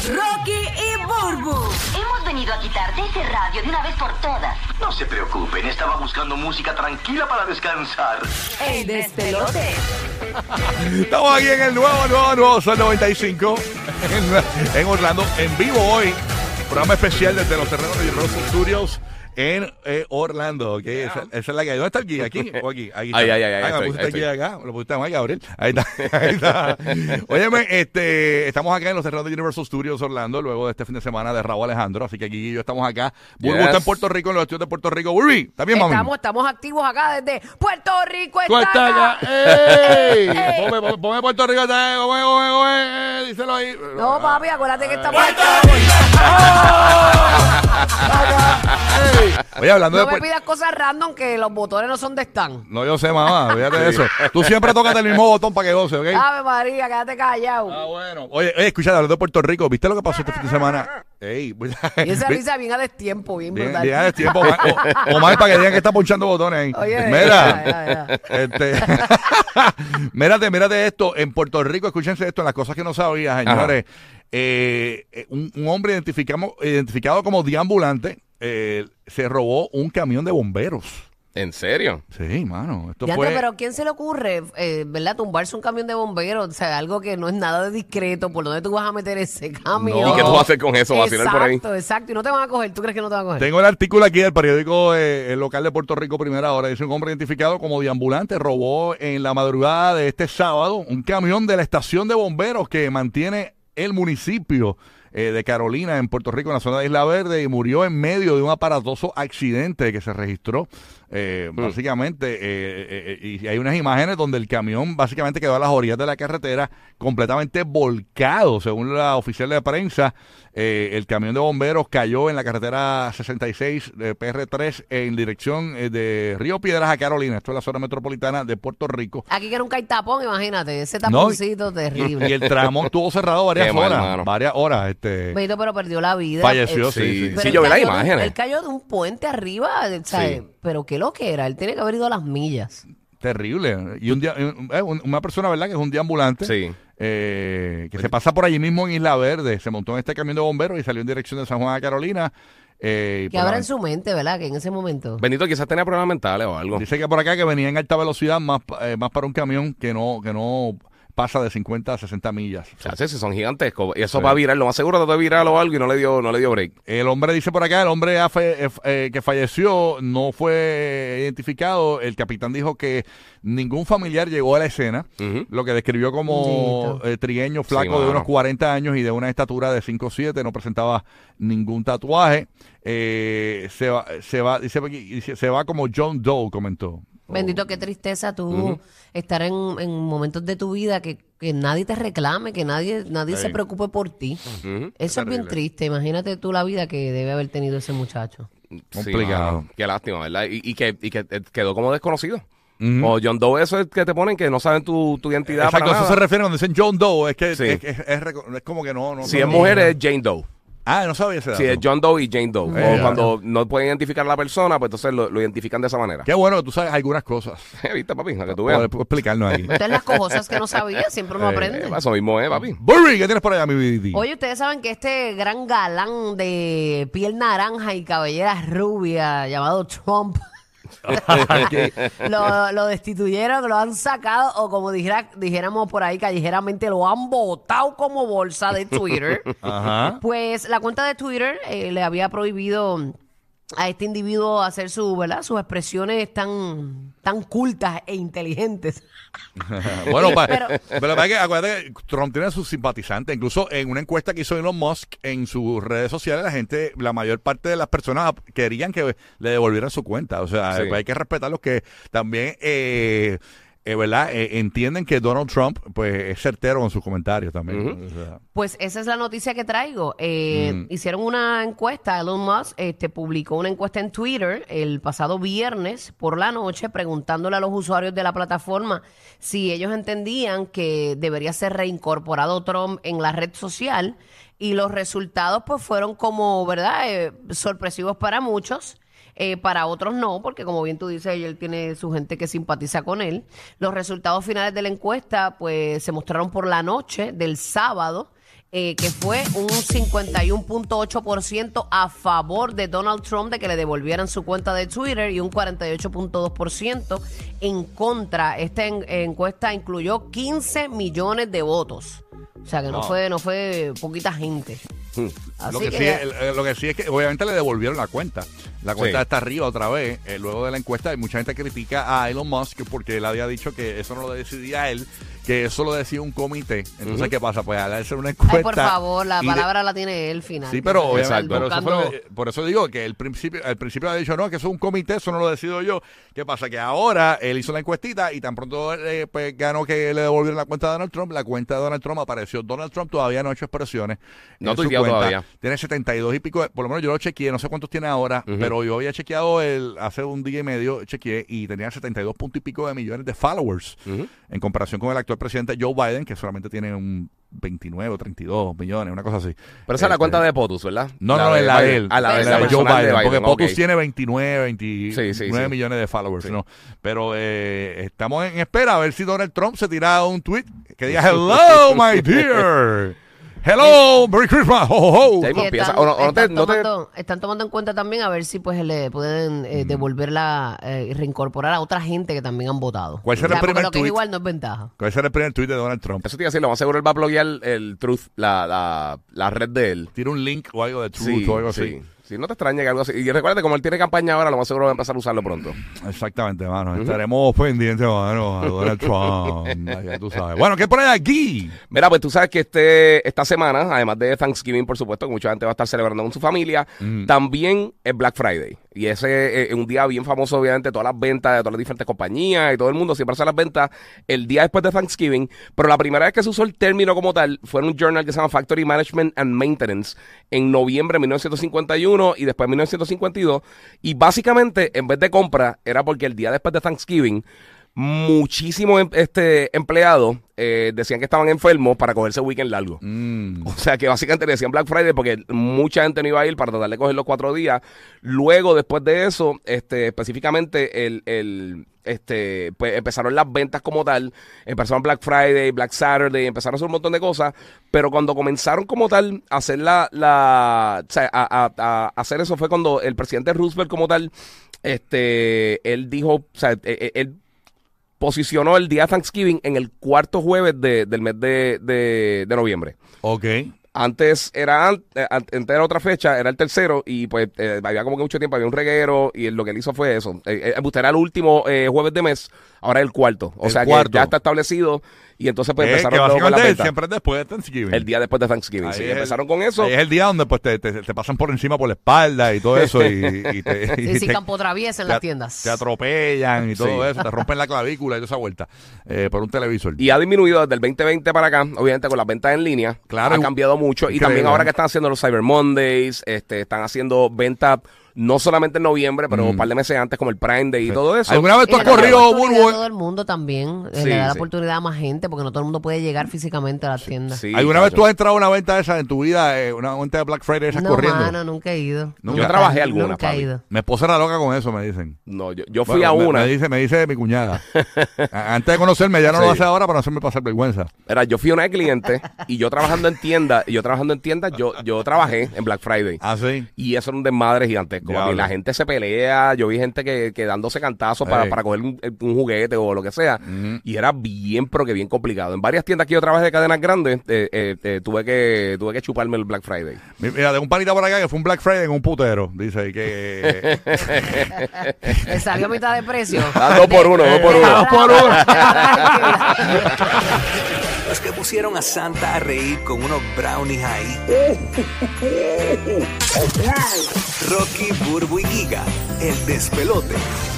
Rocky y Burbu. Hemos venido a quitarte ese radio de una vez por todas. No se preocupen, estaba buscando música tranquila para descansar. El despelote. Estamos aquí en el nuevo Sol 95 en Orlando, en vivo hoy. Programa especial desde los terrenos de Universal Studios en Orlando. Okay. Esa es la que hay. ¿Dónde está el guía? ¿Aquí o aquí? Ahí está. Ahí me pusiste el guía acá. Lo pusiste aquí, Gabriel. Ahí está. Ahí está. Óyeme, estamos acá en los terrenos de Universal Studios Orlando, luego de este fin de semana de Raúl Alejandro. Así que aquí y yo estamos acá. Burbu está en Puerto Rico, en los estudios de Puerto Rico. Burbu, ¿está bien, mami? Estamos activos acá desde Puerto Rico. Tú estás acá. ¡Ey! Ponme Puerto Rico. Díselo ahí. No, papi, acuérdate que estamos aquí. Oye, hablando No de me pidas cosas random que los botones no son de stand. No, yo sé, mamá, fíjate de eso. Tú siempre tocas el mismo botón para que goce, ¿ok? Ave María, quédate callado. Ah, bueno. Oye, escucha, hablando de Puerto Rico, ¿viste lo que pasó este fin de semana? Ey, Y esa risa bien a destiempo, bien brutal. Bien de tiempo. O más para que digan que está ponchando botones ahí. Oye, mira, mírate esto. En Puerto Rico, escúchense esto, en las cosas que no sabía, señores. Un hombre identificado como deambulante se robó un camión de bomberos. ¿En serio? Sí, mano. Esto Ya fue... pero ¿quién se le ocurre, verdad, tumbarse un camión de bomberos? O sea, algo que no es nada de discreto. ¿Por dónde tú vas a meter ese camión? ¿Y qué tú vas a hacer con eso? ¿Vacilar por ahí? Exacto. Y no te van a coger. ¿Tú crees que no te van a coger? Tengo el artículo aquí del periódico local de Puerto Rico, Primera Hora. Dice: un hombre identificado como deambulante robó en la madrugada de este sábado un camión de la estación de bomberos que mantiene el municipio de Carolina, en Puerto Rico, en la zona de Isla Verde, y murió en medio de un aparatoso accidente que se registró. Básicamente, y hay unas imágenes donde el camión básicamente quedó a las orillas de la carretera, completamente volcado, según la oficial de prensa. El camión de bomberos cayó en la carretera 66 de PR3 en dirección de Río Piedras a Carolina. Esto es la zona metropolitana de Puerto Rico. Aquí que era un tapón, imagínate, ese taponcito terrible. Y el tramo estuvo cerrado varias horas. Benito, pero perdió la vida. Falleció, sí. Pero Sí, yo vi las imágenes. Él cayó de un puente arriba, ¿sabes? Sí. Pero qué lo que era, él tiene que haber ido a las millas. Terrible. Y una persona, ¿verdad?, que es un deambulante. Sí. Que se pasa por allí mismo en Isla Verde, se montó en este camión de bomberos y salió en dirección de San Juan a Carolina. Que habrá en su mente, ¿verdad? Que en ese momento. Benito quizás tenía problemas mentales o algo. Dice que por acá que venía en alta velocidad, más para un camión que no pasa de 50 a 60 millas. Si son gigantescos. Y eso va a virar, lo más seguro de virar o algo y no le dio break. El hombre dice por acá, el hombre que falleció no fue identificado. El capitán dijo que ningún familiar llegó a la escena, lo que describió como trigueño, flaco, de unos 40 años y de una estatura de 5'7", no presentaba ningún tatuaje. Se va como John Doe, comentó. Bendito, qué tristeza tú estar en momentos de tu vida que nadie te reclame, que nadie se preocupe por ti. Eso es bien triste. Imagínate tú la vida que debe haber tenido ese muchacho. Complicado. Sí, qué lástima, ¿verdad? Y que quedó como desconocido. O John Doe, eso es que te ponen que no saben tu identidad. Exacto, para eso nada. se refiere cuando dicen John Doe, es que Sí. es como que no. Si es mujer es Jane Doe. No sabía ese dato. Si es John Doe y Jane Doe. O cuando no pueden identificar a la persona, pues entonces lo identifican de esa manera. Qué bueno que tú sabes algunas cosas. ¿Viste, papi? A que tú veas. Puedes explicarnos ahí. Ustedes las cosas que no sabía, siempre uno aprende. Eso mismo papi. Burry, ¿qué tienes por allá, mi BD? Oye, ustedes saben que este gran galán de piel naranja y cabellera rubia llamado Trump lo destituyeron, lo han sacado, o como dijéramos por ahí callejeramente, lo han botado como bolsa de Twitter. Ajá. Pues la cuenta de Twitter le había prohibido a este individuo hacer sus expresiones tan cultas e inteligentes. Bueno, pero que acuérdate que Trump tiene sus simpatizantes. Incluso en una encuesta que hizo Elon Musk en sus redes sociales, la mayor parte de las personas querían que le devolvieran su cuenta. O sea, pues hay que respetar los que también ¿verdad? Entienden que Donald Trump pues es certero en sus comentarios también. O sea. Pues esa es la noticia que traigo. Hicieron una encuesta, Elon Musk publicó una encuesta en Twitter el pasado viernes por la noche preguntándole a los usuarios de la plataforma si ellos entendían que debería ser reincorporado Trump en la red social, y los resultados pues fueron como, ¿verdad? Sorpresivos para muchos. Para otros no, porque como bien tú dices, él tiene su gente que simpatiza con él. Los resultados finales de la encuesta pues se mostraron por la noche del sábado. que fue un 51.8% a favor de Donald Trump de que le devolvieran su cuenta de Twitter y un 48.2% en contra. Esta encuesta incluyó 15 millones de votos. O sea que no fue poquita gente. Lo que sí es que obviamente le devolvieron la cuenta. La cuenta está arriba otra vez. Luego de la encuesta, hay mucha gente critica a Elon Musk porque él había dicho que eso no lo decidía él, que eso lo decía un comité. Entonces, ¿qué pasa? Pues al hacer una encuesta... Ay, por favor, la palabra la tiene él final. Sí, pero obviamente, por eso digo que al principio había dicho, no, que eso es un comité, eso no lo decido yo. ¿Qué pasa? Que ahora él hizo la encuestita y tan pronto pues ganó que le devolvieron la cuenta de Donald Trump, la cuenta de Donald Trump apareció. Donald Trump todavía no ha hecho expresiones. No tuiteado todavía. Tiene 72 y pico, por lo menos yo lo chequeé, no sé cuántos tiene ahora, pero yo había chequeado hace un día y medio, chequeé y tenía 72 puntos y pico de millones de followers en comparación con el actual presidente Joe Biden, que solamente tiene un 29 o 32 millones, una cosa así. Pero esa es la cuenta de POTUS, ¿verdad? No, es la de él. La de Joe Biden, porque POTUS okay. tiene 29 millones de followers, ¿no? Pero estamos en espera a ver si Donald Trump se tira un tweet que diga hello, my dear. Hello, Merry Christmas, ho, ho, ho. Están tomando en cuenta también a ver si pues le pueden devolver reincorporar a otra gente que también han votado. ¿Cuál será el primer lo que tweet? es igual no es ventaja. ¿Cuál será el primer tweet de Donald Trump? Eso te iba a decir, lo más seguro él va a bloquear el Truth, la red de él. Tira un link o algo de Truth o algo así. Sí, no te extraña que algo así. Y recuerda, como él tiene campaña ahora, lo más seguro va a empezar a usarlo pronto. Exactamente, mano. Estaremos pendientes, mano, a Donald Trump. Ya tú sabes. Bueno, ¿qué pone aquí? Mira, pues tú sabes que esta semana, además de Thanksgiving, por supuesto, que mucha gente va a estar celebrando con su familia, también es Black Friday. Y ese es un día bien famoso, obviamente, todas las ventas de todas las diferentes compañías y todo el mundo siempre hace las ventas el día después de Thanksgiving. Pero la primera vez que se usó el término como tal fue en un journal que se llama Factory Management and Maintenance en noviembre de 1951 y después en 1952. Y básicamente, en vez de compra, era porque el día después de Thanksgiving muchísimos empleados decían que estaban enfermos para cogerse weekend largo. O sea que básicamente le decían Black Friday porque mucha gente no iba a ir para tratar de coger los 4 días. Luego, después de eso, específicamente pues empezaron las ventas como tal, empezaron Black Friday, Black Saturday, empezaron a hacer un montón de cosas, pero cuando comenzaron como tal a hacer a hacer eso fue cuando el presidente Roosevelt como tal, él dijo, o sea, él posicionó el día de Thanksgiving en el cuarto jueves del mes de noviembre. Ok. Antes era otra fecha, era el tercero, y pues había como que mucho tiempo, había un reguero, y lo que él hizo fue eso. Usted era el último jueves de mes, ahora es el cuarto. O sea que ya está establecido, y entonces pues empezaron con la venta. Siempre después de Thanksgiving. El día después de Thanksgiving, sí. Empezaron con eso. Es el día donde pues te pasan por encima por la espalda y todo eso. y campo traviesa en las tiendas. Te atropellan y todo eso, te rompen la clavícula y toda esa vuelta por un televisor. Y ha disminuido desde el 2020 para acá, obviamente con las ventas en línea. Claro. Ha cambiado mucho. Y también ahora que están haciendo los Cyber Mondays, están haciendo ventas no solamente en noviembre, pero un par de meses antes, como el Prime Day y todo eso. ¿Alguna vez tú has corrido, Burbu? Todo el mundo también le da la oportunidad a más gente, porque no todo el mundo puede llegar físicamente a las tiendas. Sí, ¿alguna vez tú has entrado a una venta esa en tu vida, una venta de Black Friday esa corriendo? No, nunca he ido. Yo trabajé alguna, nunca he ido. Mi esposa era loca con eso, me dicen. No, yo fui a una. Me dice mi cuñada. Antes de conocerme, ya no lo hace ahora para no hacerme pasar vergüenza. Era, yo fui una de cliente y yo trabajando en tienda, yo trabajé en Black Friday. Ah, sí. Y eso era un desmadre gigantesco. La gente se pelea, yo vi gente que dándose cantazos para coger un juguete o lo que sea, y era bien, pero que bien complicado. En varias tiendas que yo trabajé de cadenas grandes, tuve que chuparme el Black Friday. Mira, de un panita por acá que fue un Black Friday en un putero, dice que le salió a mitad de precio. 2 por 1. Los que pusieron a Santa a reír con unos brownies ahí. Rocky, Burbu y Giga, el despelote.